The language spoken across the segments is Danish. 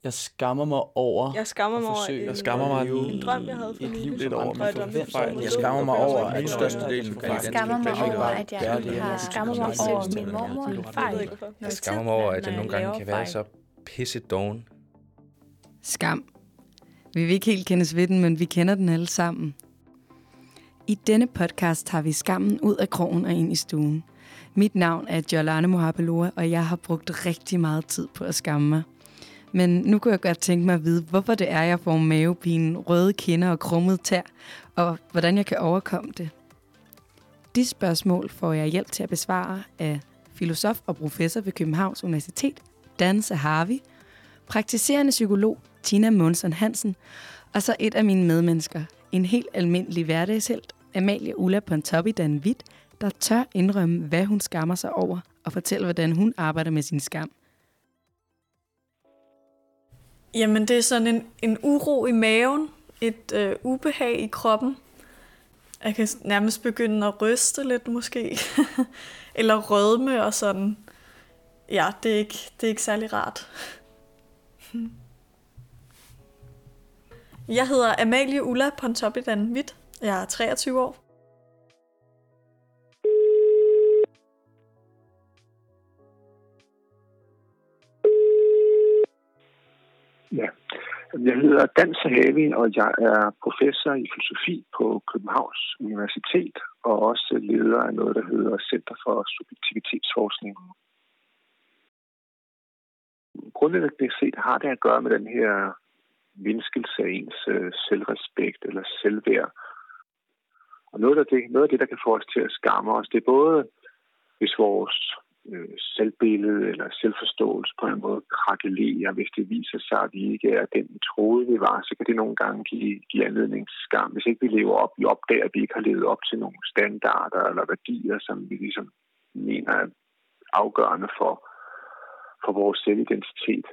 Jeg skammer mig over Jeg skammer mig over Jeg skammer mig en drøm, jeg havde for et liv nylig. lidt over Og jeg drømte, min fejl. jeg Jeg skammer mig over, at størstedelen af Jeg skammer mig danske over, at gøre det, jeg har skammer mig over min mormor en fejl. Jeg skammer mig over, at jeg nogle gange kan være så pisse doven. Skam. Vi vil ikke helt kendes ved den, men vi kender den alle sammen. I denne podcast tager vi skammen ud af krogen og ind i stuen. Mit navn er Jolane Mohapelua, og jeg har brugt rigtig meget tid på at skamme mig. Men nu kunne jeg godt tænke mig at vide, hvorfor det er, jeg får mavepine, røde kinder og krummet tær, og hvordan jeg kan overkomme det. De spørgsmål får jeg hjælp til at besvare af filosof og professor ved Københavns Universitet, Dan Zahavi, praktiserende psykolog Tina Monson Hansen, og så et af mine medmennesker, en helt almindelig hverdagshelt, Amalie Ulla Pontoppidan Hvidt, der tør indrømme, hvad hun skammer sig over, og fortælle, hvordan hun arbejder med sin skam. Jamen, det er sådan en uro i maven, et ubehag i kroppen. Jeg kan nærmest begynde at ryste lidt måske, eller rødme og sådan. Ja, det er ikke særlig rart. Jeg hedder Amalie Ulla Pontoppidan Hvidt. Jeg er 23 år. Ja, jeg hedder Dan Zahavi, og jeg er professor i filosofi på Københavns Universitet, og også leder af noget, der hedder Center for Subjektivitetsforskning. Grundlæggende set har det at gøre med den her mindskelse af ens selvrespekt eller selvværd. Og noget af det, der kan få os til at skamme os, det er både, hvis vores selvbillede eller selvforståelse på en måde krakelerer, hvis det viser sig, at vi ikke er den, vi troede, vi var, så kan det nogle gange give anledning til skam. Hvis ikke vi lever op, vi opdager, at vi ikke har levet op til nogle standarder eller værdier, som vi ligesom mener er afgørende for vores selvidentitet.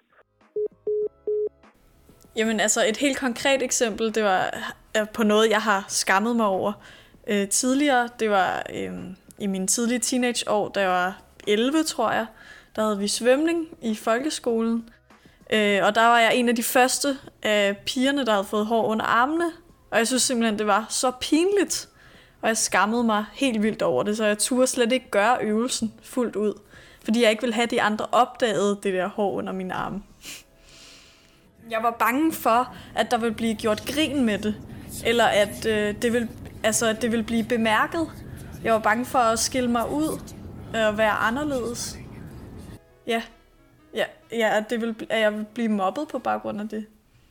Jamen altså et helt konkret eksempel, det var på noget, jeg har skammet mig over tidligere. Det var i mine tidlige teenageår, da jeg var 11, tror jeg. Der havde vi svømning i folkeskolen. Og der var jeg en af de første af pigerne, der havde fået hår under armene. Og jeg synes simpelthen, det var så pinligt. Og jeg skammede mig helt vildt over det, så jeg turde slet ikke gøre øvelsen fuldt ud. Fordi jeg ikke ville have, de andre opdagede det der hår under mine arme. Jeg var bange for, at der ville blive gjort grin med det. Eller at det ville blive bemærket. Jeg var bange for at skille mig ud og være anderledes. Ja, at jeg ville blive mobbet på baggrund af det.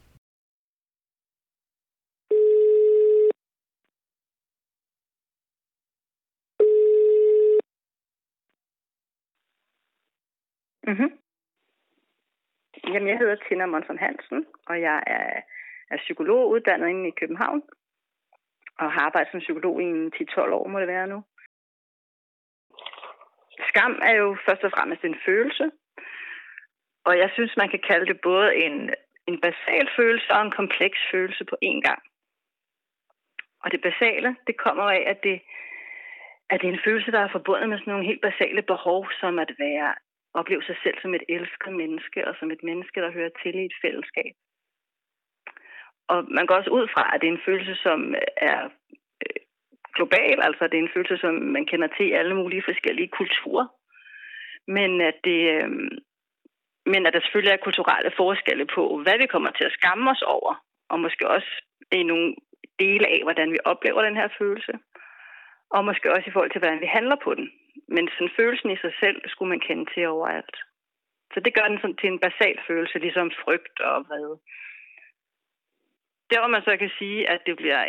Mm-hmm. Jamen, jeg hedder Tina Monson Hansen, og jeg er psykolog uddannet inde i København, og har arbejdet som psykolog i 10-12 år, må det være nu. Skam er jo først og fremmest en følelse, og jeg synes, man kan kalde det både en basal følelse og en kompleks følelse på én gang. Og det basale, det kommer af, at det er en følelse, der er forbundet med sådan nogle helt basale behov, som at opleve sig selv som et elsket menneske, og som et menneske, der hører til i et fællesskab. Og man går også ud fra, at det er en følelse, som er global, altså det er en følelse, som man kender til i alle mulige forskellige kulturer. Men at der selvfølgelig er kulturelle forskelle på, hvad vi kommer til at skamme os over, og måske også i nogle dele af, hvordan vi oplever den her følelse, og måske også i forhold til, hvordan vi handler på den. Men sådan følelsen i sig selv skulle man kende til overalt. Så det gør den sådan til en basal følelse, ligesom frygt og vrede. Der hvor man så kan sige, at det bliver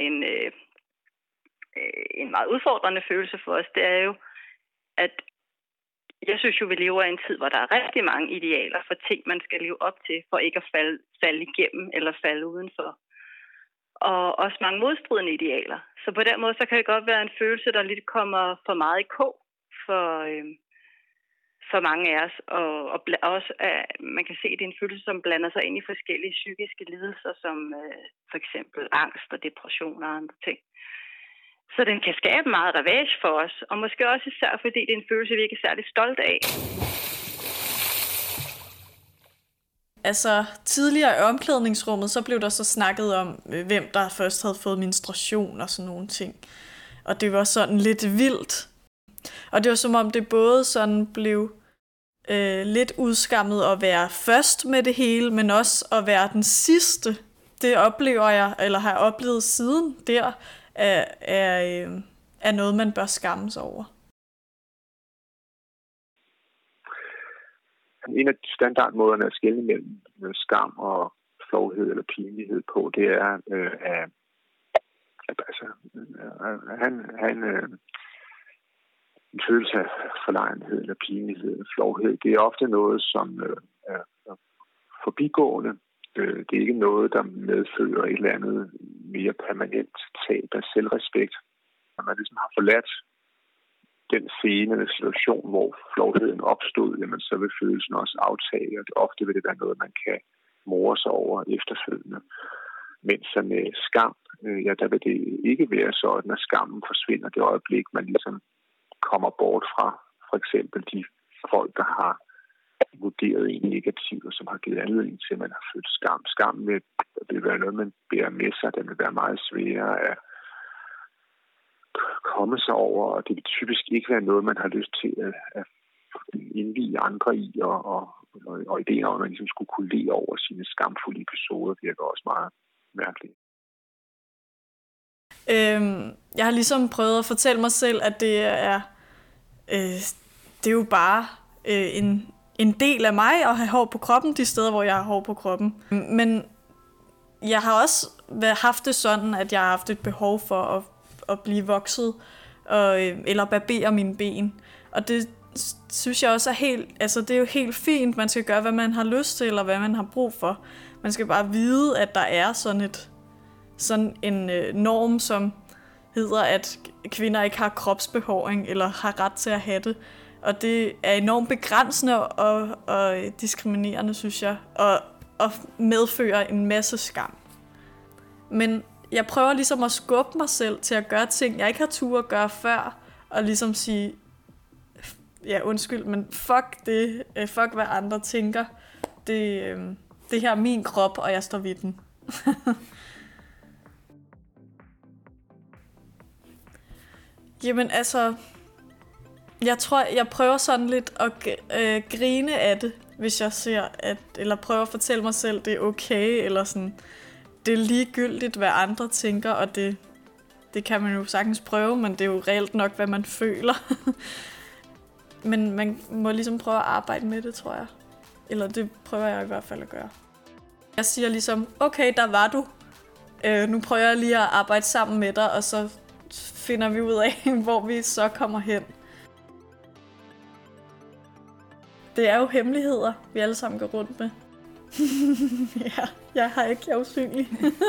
en meget udfordrende følelse for os, det er jo, at jeg synes jo, vi lever i en tid, hvor der er rigtig mange idealer for ting, man skal leve op til, for ikke at falde igennem eller falde udenfor. Og også mange modstridende idealer. Så på den måde, så kan det godt være en følelse, der lidt kommer for meget i kog for mange af os. Og også, man kan se, at det er en følelse, som blander sig ind i forskellige psykiske lidelser, som for eksempel angst og depression og andre ting. Så den kan skabe meget ravage for os, og måske også især, fordi det er en følelse, vi ikke er særlig stolte af. altså tidligere i omklædningsrummet, så blev der så snakket om, hvem der først havde fået menstruation og sådan nogle ting. Og det var sådan lidt vildt. Og det var som om det både sådan blev lidt udskammet at være først med det hele, men også at være den sidste. Det oplever jeg, eller har jeg oplevet siden der, er noget, man bør skamme sig over. En af standardmåderne at skelne mellem skam og flovhed eller pinlighed på, det er en følelse af forlegenhed eller pinlighed eller flovhed. Det er ofte noget, som er forbigående. Det er ikke noget, der medfører et eller andet mere permanent tab af selvrespekt. Når man ligesom har forladt den scene eller situation, hvor flovheden opstod, jamen så vil følelsen også aftage, og ofte vil det være noget, man kan more sig over efterfølgende. Mens med skam, der vil det ikke være sådan, at skammen forsvinder det øjeblik, man ligesom kommer bort fra for eksempel de folk, der har vurderet en negativt, og som har givet anledning til, at man har følt skam. Skam vil være noget, man bærer med sig. Den vil være meget sværere at komme sig over, og det vil typisk ikke være noget, man har lyst til at indvige andre i, og ideen om, at man ligesom skulle kunne le over sine skamfulde episoder, virker også meget mærkeligt. Jeg har ligesom prøvet at fortælle mig selv, at det er jo bare en del af mig at have hår på kroppen, de steder, hvor jeg har hår på kroppen. Men jeg har også haft det sådan, at jeg har haft et behov for at blive vokset, eller barbere mine ben. Og det synes jeg også er det er jo helt fint. Man skal gøre, hvad man har lyst til, eller hvad man har brug for. Man skal bare vide, at der er sådan en norm, som hedder, at kvinder ikke har kropsbehåring, eller har ret til at have det. Og det er enormt begrænsende og diskriminerende, synes jeg, og medfører en masse skam. Men jeg prøver ligesom at skubbe mig selv til at gøre ting, jeg ikke har tur at gøre før, og ligesom sige, ja, undskyld, men fuck det, fuck hvad andre tænker. Det her er min krop, og jeg står ved den. Jamen altså, jeg tror, jeg prøver sådan lidt at grine af det, hvis jeg ser, eller prøver at fortælle mig selv, det er okay, eller sådan, det er ligegyldigt, hvad andre tænker, og det kan man jo sagtens prøve, men det er jo reelt nok, hvad man føler. Men man må ligesom prøve at arbejde med det, tror jeg. Eller det prøver jeg i hvert fald at gøre. Jeg siger ligesom, okay, der var du. Nu prøver jeg lige at arbejde sammen med dig, og så finder vi ud af, hvor vi så kommer hen. Det er jo hemmeligheder, vi alle sammen går rundt med. Ja, jeg har ikke, jeg er usynlig.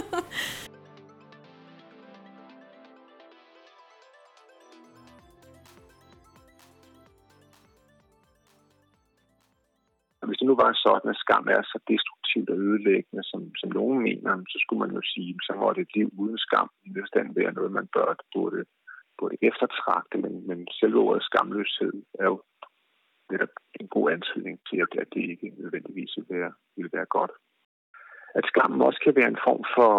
Hvis det nu var sådan, at skam er så destruktivt og ødelæggende, som nogen mener, så skulle man jo sige, så må det et liv uden skam i næsten være noget, man burde eftertragte, men selve ordet skamløshed er jo netop en god antydning til, at det ikke nødvendigvis vil være godt. At skammen også kan være en form for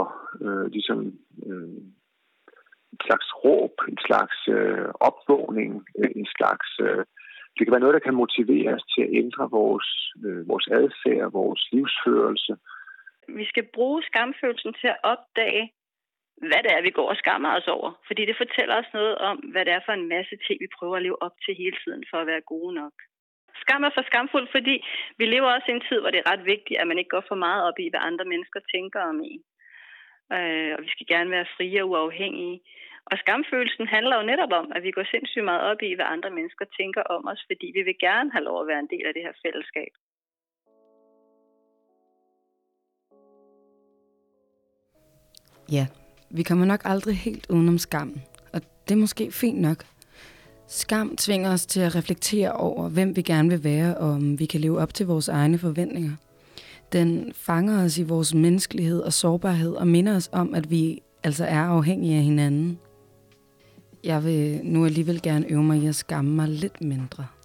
en slags råb, en slags opvågning, en slags... Det kan være noget, der kan motivere os til at ændre vores adfærd, vores livsførelse. Vi skal bruge skamfølelsen til at opdage, hvad det er, vi går og skammer os over. Fordi det fortæller os noget om, hvad det er for en masse ting, vi prøver at leve op til hele tiden for at være gode nok. Skam er for skamfuld, fordi vi lever også i en tid, hvor det er ret vigtigt, at man ikke går for meget op i, hvad andre mennesker tænker om en. Og vi skal gerne være frie og uafhængige. Og skamfølelsen handler jo netop om, at vi går sindssygt meget op i, hvad andre mennesker tænker om os, fordi vi vil gerne have lov at være en del af det her fællesskab. Ja, vi kommer nok aldrig helt udenom skammen, og det er måske fint nok. Skam tvinger os til at reflektere over, hvem vi gerne vil være, og om vi kan leve op til vores egne forventninger. Den fanger os i vores menneskelighed og sårbarhed og minder os om, at vi altså er afhængige af hinanden. Jeg vil nu alligevel gerne øve mig i at skamme mig lidt mindre.